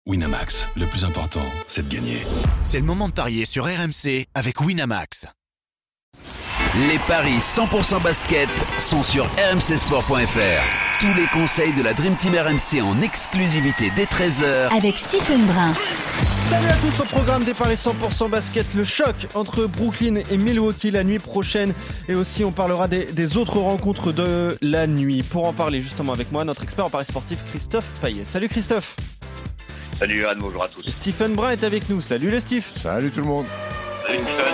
Winamax, le plus important, c'est de gagner. C'est le moment de parier sur RMC avec Winamax. Les paris 100% basket sont sur rmcsport.fr. Tous les conseils de la Dream Team RMC en exclusivité dès 13h avec Stephen Brun. Salut à tous, au programme des paris 100% basket, le choc entre Brooklyn et Milwaukee la nuit prochaine. Et aussi on parlera des autres rencontres de la nuit. Pour en parler justement avec moi, notre expert en paris sportif Christophe Payet. Salut Christophe. Salut Anne, bonjour à tous. Et Stephen Brun est avec nous. Salut le Steve. Salut tout le monde. Salut Stephen.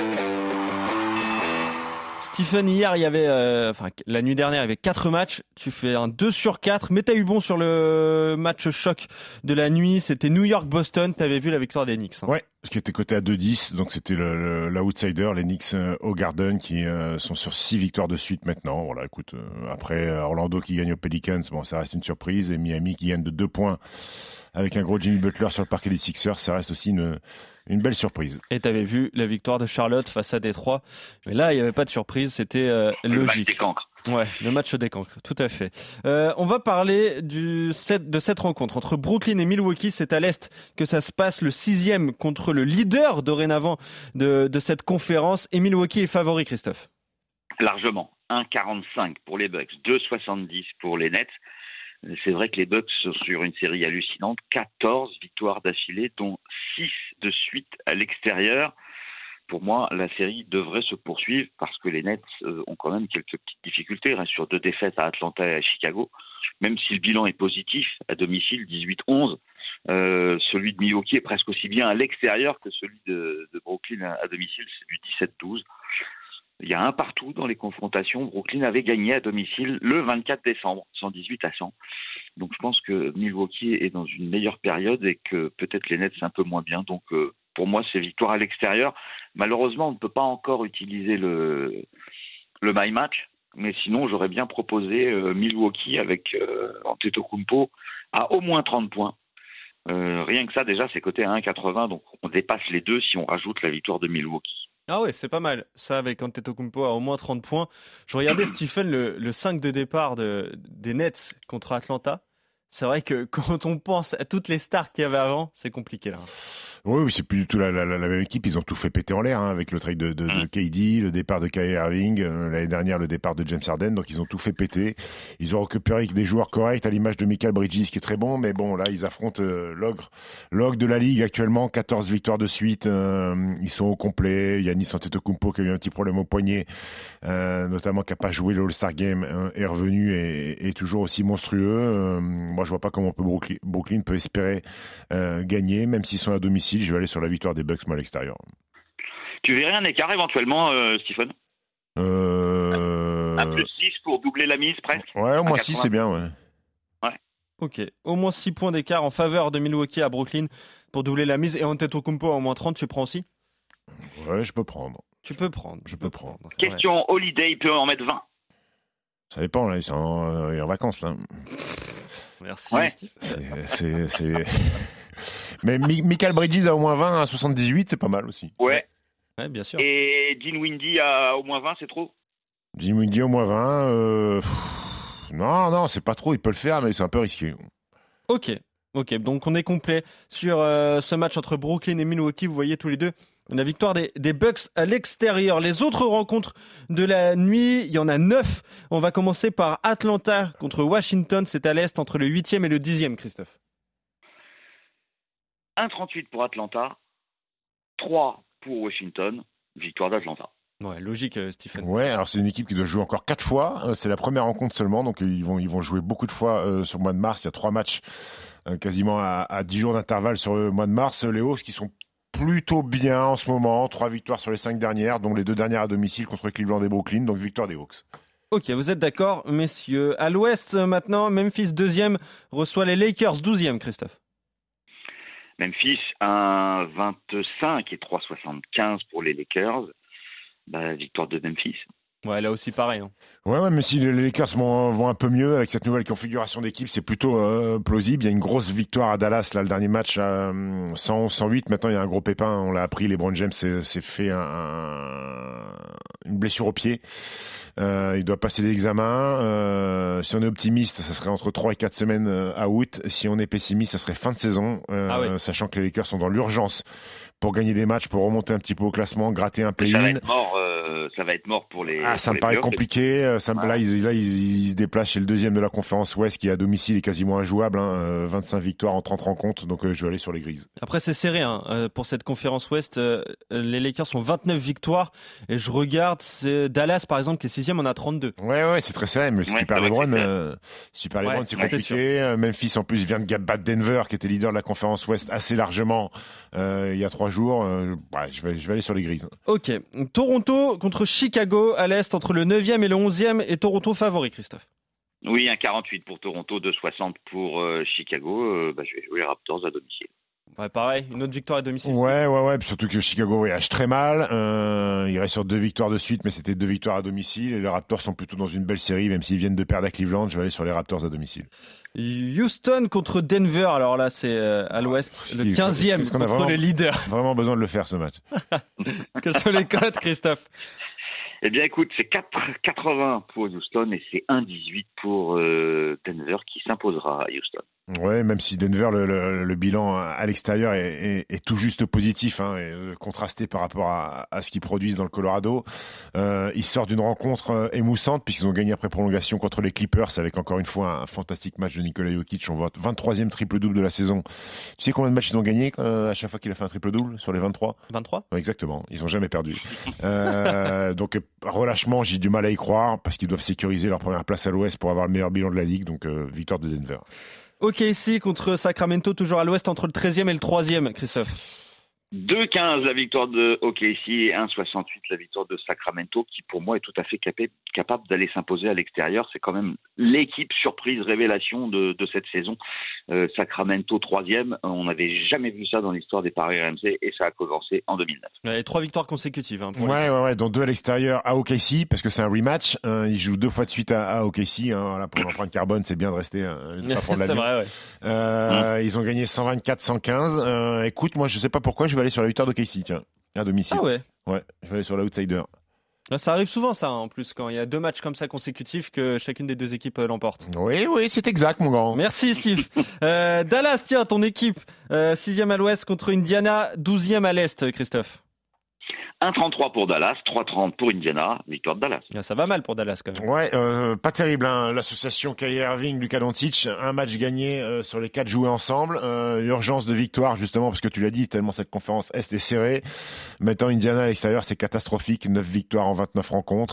Stephen, hier, il y avait, la nuit dernière, il y avait 4 matchs. Tu fais un 2 sur 4, mais t'as eu bon sur le match choc de la nuit. C'était New York-Boston. T'avais vu la victoire des Knicks. Ouais, ce qui était coté à 2-10. Donc c'était l'outsider, les Knicks au Garden, qui sont sur 6 victoires de suite maintenant. Voilà, écoute, après Orlando qui gagne aux Pelicans, bon, ça reste une surprise. Et Miami qui gagne de 2 points avec un gros Jimmy Butler sur le parquet des Sixers, ça reste aussi une belle surprise. Et tu avais vu la victoire de Charlotte face à Détroit. Mais là, il n'y avait pas de surprise, c'était logique. Le match des cancres. Ouais, le match des cancres, tout à fait. On va parler de cette rencontre entre Brooklyn et Milwaukee. C'est à l'Est que ça se passe, le 6e contre le leader dorénavant de cette conférence. Et Milwaukee est favori, Christophe. Largement. 1,45 pour les Bucks, 2,70 pour les Nets. C'est vrai que les Bucks sont sur une série hallucinante, 14 victoires d'affilée, dont 6 de suite à l'extérieur. Pour moi, la série devrait se poursuivre parce que les Nets ont quand même quelques petites difficultés. Ils restent sur 2 défaites à Atlanta et à Chicago. Même si le bilan est positif à domicile, 18-11, celui de Milwaukee est presque aussi bien à l'extérieur que celui de Brooklyn à domicile, c'est du 17-12. Il y a un partout dans les confrontations. Brooklyn avait gagné à domicile le 24 décembre, 118-100. Donc je pense que Milwaukee est dans une meilleure période et que peut-être les Nets c'est un peu moins bien. Donc pour moi c'est victoire à l'extérieur. Malheureusement on ne peut pas encore utiliser le my match. Mais sinon j'aurais bien proposé Milwaukee avec Antetokounmpo à au moins 30 points. Rien que ça déjà c'est coté à 1,80. Donc on dépasse les deux si on rajoute la victoire de Milwaukee. Ah ouais, c'est pas mal. Ça, avec Antetokounmpo à au moins 30 points. Je regardais, Stephen, le 5 de départ des Nets contre Atlanta. C'est vrai que quand on pense à toutes les stars qu'il y avait avant, c'est compliqué là. Oui, c'est plus du tout la même équipe. Ils ont tout fait péter en l'air avec le trade de KD, le départ de Kyrie Irving, l'année dernière le départ de James Harden. Donc ils ont tout fait péter. Ils ont récupéré des joueurs corrects à l'image de Michael Bridges qui est très bon. Mais bon, là ils affrontent l'ogre de la ligue actuellement. 14 victoires de suite. Ils sont au complet. Giannis Antetokounmpo qui a eu un petit problème au poignet, notamment qui n'a pas joué le All-Star Game, est revenu et est toujours aussi monstrueux. Moi, je vois pas comment Brooklyn peut espérer gagner, même s'ils sont à domicile. Je vais aller sur la victoire des Bucks, moi, à l'extérieur. Tu verrais un écart éventuellement, Stephen Un plus 6 pour doubler la mise, presque. Ouais, au moins 6, c'est bien, ouais. Ok, au moins 6 points d'écart en faveur de Milwaukee à Brooklyn pour doubler la mise. Et Antetokounmpo à au moins 30, tu prends aussi ? Ouais, je peux prendre. Tu peux prendre. Question Holiday, il peut en mettre 20. Ça dépend, là, ils sont en vacances, là. Merci, ouais. Steve. Mais Michael Bridges a au moins 20 à 78, c'est pas mal aussi. Ouais, bien sûr. Et Dinwiddie à au moins 20, c'est trop Dinwiddie au moins 20, non, c'est pas trop, il peut le faire, mais c'est un peu risqué. Ok, donc on est complet sur ce match entre Brooklyn et Milwaukee. Vous voyez tous les deux la victoire des Bucks à l'extérieur. Les autres rencontres de la nuit, il y en a 9. On va commencer par Atlanta contre Washington. C'est à l'Est entre le 8e et le 10e, Christophe. 1,38 pour Atlanta, 3 pour Washington, victoire d'Atlanta. Ouais, logique, Stephen. Ouais, alors c'est une équipe qui doit jouer encore 4 fois. C'est la première rencontre seulement, donc ils vont jouer beaucoup de fois sur le mois de mars. Il y a 3 matchs quasiment à 10 jours d'intervalle sur le mois de mars. Les Hawks qui sont plutôt bien en ce moment, 3 victoires sur les 5 dernières, dont les 2 dernières à domicile contre Cleveland et Brooklyn, donc victoire des Hawks. Ok, vous êtes d'accord, messieurs. À l'ouest, maintenant, Memphis 2e reçoit les Lakers 12e, Christophe. Memphis 1,25 et 3,75 pour les Lakers. Victoire de Memphis. Ouais, là aussi pareil. Ouais, mais si les Lakers vont un peu mieux avec cette nouvelle configuration d'équipe, c'est plutôt plausible. Il y a une grosse victoire à Dallas, là, le dernier match à 111-108. Maintenant, il y a un gros pépin, on l'a appris. LeBron James s'est fait une blessure au pied. Il doit passer des examens. Si on est optimiste, ça serait entre 3 et 4 semaines à août. Si on est pessimiste, ça serait fin de saison, sachant que les Lakers sont dans l'urgence pour gagner des matchs, pour remonter un petit peu au classement, gratter un play-in. Ça va être mort pour les. Ça me paraît compliqué. Là, ils se déplacent chez le deuxième de la conférence Ouest, qui à domicile est quasiment injouable. 25 victoires en 30 rencontres, donc je vais aller sur les Grises. Après, c'est serré pour cette conférence Ouest. Les Lakers ont 29 victoires et je regarde Dallas par exemple qui est 6e, on a 32. Ouais, c'est très serré. Mais Super LeBron, c'est compliqué. Memphis en plus vient de battre Denver, qui était leader de la conférence Ouest assez largement il y a 3 jours. Je vais aller sur les Grises. Ok. Toronto contre Chicago à l'Est, entre le 9e et le 11e, et Toronto favori, Christophe. Oui, 1,48 pour Toronto, 2,60 pour Chicago. Je vais jouer les Raptors à domicile. Ouais, pareil, une autre victoire à domicile. Ouais, surtout que Chicago voyage très mal. Il reste sur 2 victoires de suite, mais c'était 2 victoires à domicile. Et les Raptors sont plutôt dans une belle série, même s'ils viennent de perdre à Cleveland. Je vais aller sur les Raptors à domicile. Houston contre Denver. Alors là, c'est à l'Ouest, le 15e contre le leader. Vraiment besoin de le faire, ce match. Quels sont les cotes, Christophe? Eh bien, écoute, c'est 4,80 pour Houston et c'est 1,18 pour Denver qui s'imposera à Houston. Ouais, même si Denver, le bilan à l'extérieur est tout juste positif, et contrasté par rapport à ce qu'ils produisent dans le Colorado. Ils sortent d'une rencontre émoussante puisqu'ils ont gagné après prolongation contre les Clippers avec encore une fois un fantastique match de Nikola Jokic. On voit 23e triple-double de la saison. Tu sais combien de matchs ils ont gagné à chaque fois qu'il a fait un triple-double sur les 23 ? 23 ? Ouais, exactement, ils n'ont jamais perdu. Donc relâchement, j'ai du mal à y croire parce qu'ils doivent sécuriser leur première place à l'Ouest pour avoir le meilleur bilan de la Ligue. Donc victoire de Denver. OKC contre Sacramento, toujours à l'Ouest, entre le 13e et le 3e, Christophe. 2,15 la victoire de OKC et 1,68 la victoire de Sacramento, qui pour moi est tout à fait capable d'aller s'imposer à l'extérieur. C'est quand même l'équipe surprise révélation de cette saison. Sacramento 3e, on n'avait jamais vu ça dans l'histoire des paris RMC et ça a commencé en 2009. Et 3 victoires consécutives. Ouais, dont 2 à l'extérieur à OKC parce que c'est un rematch. Ils jouent 2 fois de suite à OKC. Pour l'empreinte carbone, c'est bien de rester, de pas prendre l'avion. C'est vrai, ouais. Ils ont gagné 124-115. Écoute, moi je sais pas pourquoi je vais aller sur la victoire d'OKC, tiens, à domicile. Ah ouais. Ouais, je vais aller sur l'outsider. Ça arrive souvent ça, en plus, quand il y a 2 matchs comme ça consécutifs que chacune des 2 équipes l'emporte. Oui, c'est exact, mon grand. Merci, Steve. Dallas, tiens, ton équipe, 6e à l'Ouest contre Indiana, 12e à l'Est, Christophe. 1,33 pour Dallas, 3,30 pour Indiana, victoire de Dallas. Ça va mal pour Dallas quand même. Ouais, pas terrible. L'association Kyrie Irving, Luka Doncic, un match gagné sur les 4 joués ensemble. Urgence de victoire justement parce que tu l'as dit, tellement cette conférence Est est serrée. Maintenant Indiana à l'extérieur, c'est catastrophique. 9 victoires en 29 rencontres.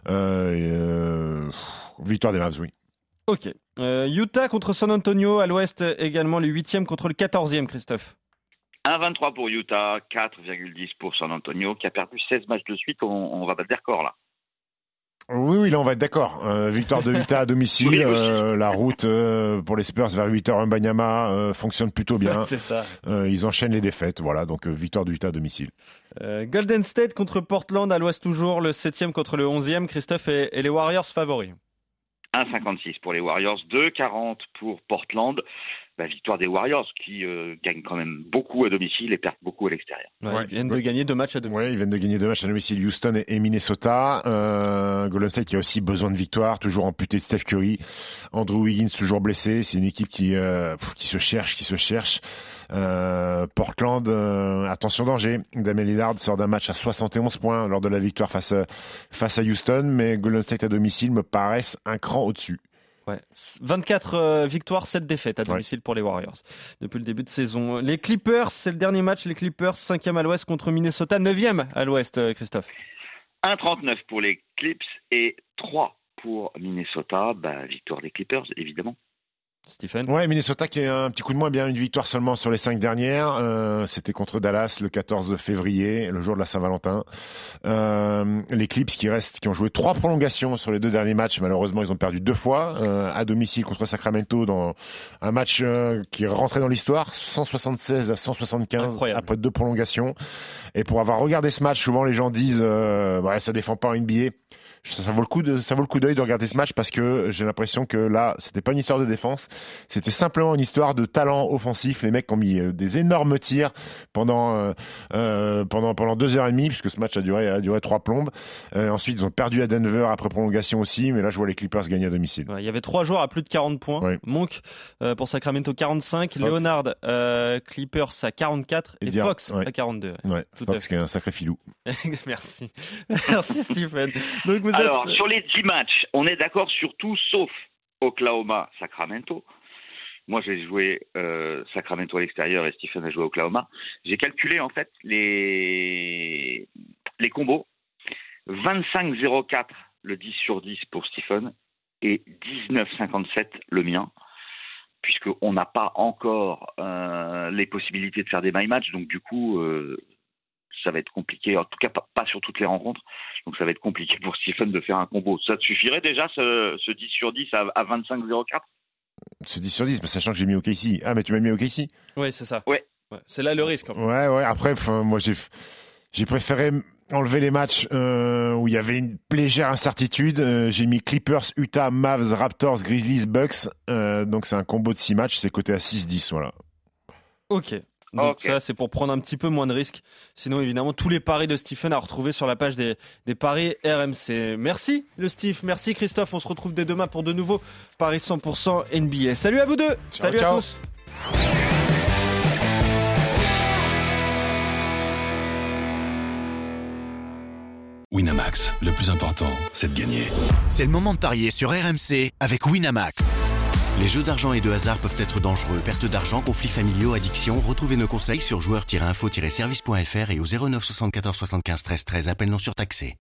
Victoire des Mavs, oui. Ok. Utah contre San Antonio à l'Ouest également, le 8e contre le 14e, Christophe. 1,23 pour Utah, 4,10 pour San Antonio, qui a perdu 16 matchs de suite. On va battre des records, là. Oui, là, on va être d'accord. Victoire de Utah à domicile. La route pour les Spurs vers Wembanyama fonctionne plutôt bien. C'est ça. Ils enchaînent les défaites. Voilà, donc victoire de Utah à domicile. Golden State contre Portland à l'Ouest toujours, le 7e contre le 11e. Christophe et les Warriors favoris. 1,56 pour les Warriors, 2,40 pour Portland. Victoire des Warriors qui gagnent quand même beaucoup à domicile et perdent beaucoup à l'extérieur. Ils viennent de gagner 2 matchs à domicile. Oui, ils viennent de gagner 2 matchs à domicile, Houston et Minnesota. Golden State qui a aussi besoin de victoire, toujours amputé de Steph Curry. Andrew Wiggins toujours blessé. C'est une équipe qui se cherche. Portland, attention danger. Damian Lillard sort d'un match à 71 points lors de la victoire face à Houston, mais Golden State à domicile me paraissent un cran au-dessus. Ouais. 24 victoires, 7 défaites à domicile pour les Warriors depuis le début de saison. Les Clippers, c'est le dernier match. Les Clippers, 5e à l'Ouest contre Minnesota, 9e à l'Ouest, Christophe. 1,39 pour les Clips et 3 pour Minnesota. Victoire des Clippers, évidemment. Stephen. Ouais, Minnesota qui a un petit coup de moins, bien une victoire seulement sur les 5 dernières. C'était contre Dallas le 14 février, le jour de la Saint-Valentin. Les Clips qui ont joué 3 prolongations sur les 2 derniers matchs. Malheureusement, ils ont perdu 2 fois à domicile contre Sacramento dans un match qui est rentré dans l'histoire, 176 à 175. Incroyable. Après 2 prolongations. Et pour avoir regardé ce match, souvent les gens disent ça défend pas en NBA. ça vaut le coup d'œil de regarder ce match parce que j'ai l'impression que là, c'était pas une histoire de défense, c'était simplement une histoire de talent offensif. Les mecs ont mis des énormes tirs pendant 2h30 puisque ce match a duré 3 plombes. Ensuite, ils ont perdu à Denver après prolongation aussi, mais là, je vois les Clippers gagner à domicile. Ouais, il y avait 3 joueurs à plus de 40 points. Ouais. Monk pour Sacramento 45, Fox. Leonard Clippers à 44 et Fox à 42. Ouais, Fox qui est un sacré filou. Merci Stephen. Donc Alors, sur les 10 matchs, on est d'accord sur tout sauf Oklahoma-Sacramento. Moi, j'ai joué Sacramento à l'extérieur et Stephen a joué Oklahoma. J'ai calculé en fait les combos. 25-0-4 le 10 sur 10 pour Stephen et 19-57 le mien, puisqu'on n'a pas encore les possibilités de faire des my match, donc du coup ça va être compliqué, en tout cas pas sur toutes les rencontres, donc ça va être compliqué pour Stephen de faire un combo. Ça te suffirait déjà ce 10 sur 10 à 25-0-4 ? Ce 10 sur 10, sachant que j'ai mis OKC. Ah, mais tu m'as mis OKC ? Oui, c'est ça. Ouais. C'est là le risque. En fait. Ouais, après, moi j'ai préféré enlever les matchs où il y avait une légère incertitude. J'ai mis Clippers, Utah, Mavs, Raptors, Grizzlies, Bucks. Donc c'est un combo de 6 matchs, c'est coté à 6-10, voilà. Ok. Donc ça, c'est pour prendre un petit peu moins de risques. Sinon, évidemment, tous les paris de Stephen à retrouver sur la page des paris RMC. Merci le Steve, merci Christophe. On se retrouve dès demain pour de nouveaux paris 100% NBA. Salut à vous deux. Salut à tous. Winamax, le plus important, c'est de gagner. C'est le moment de parier sur RMC avec Winamax. Les jeux d'argent et de hasard peuvent être dangereux. Perte d'argent, conflits familiaux, addiction. Retrouvez nos conseils sur joueurs-info-service.fr et au 09 74 75 13 13. Appel non surtaxé.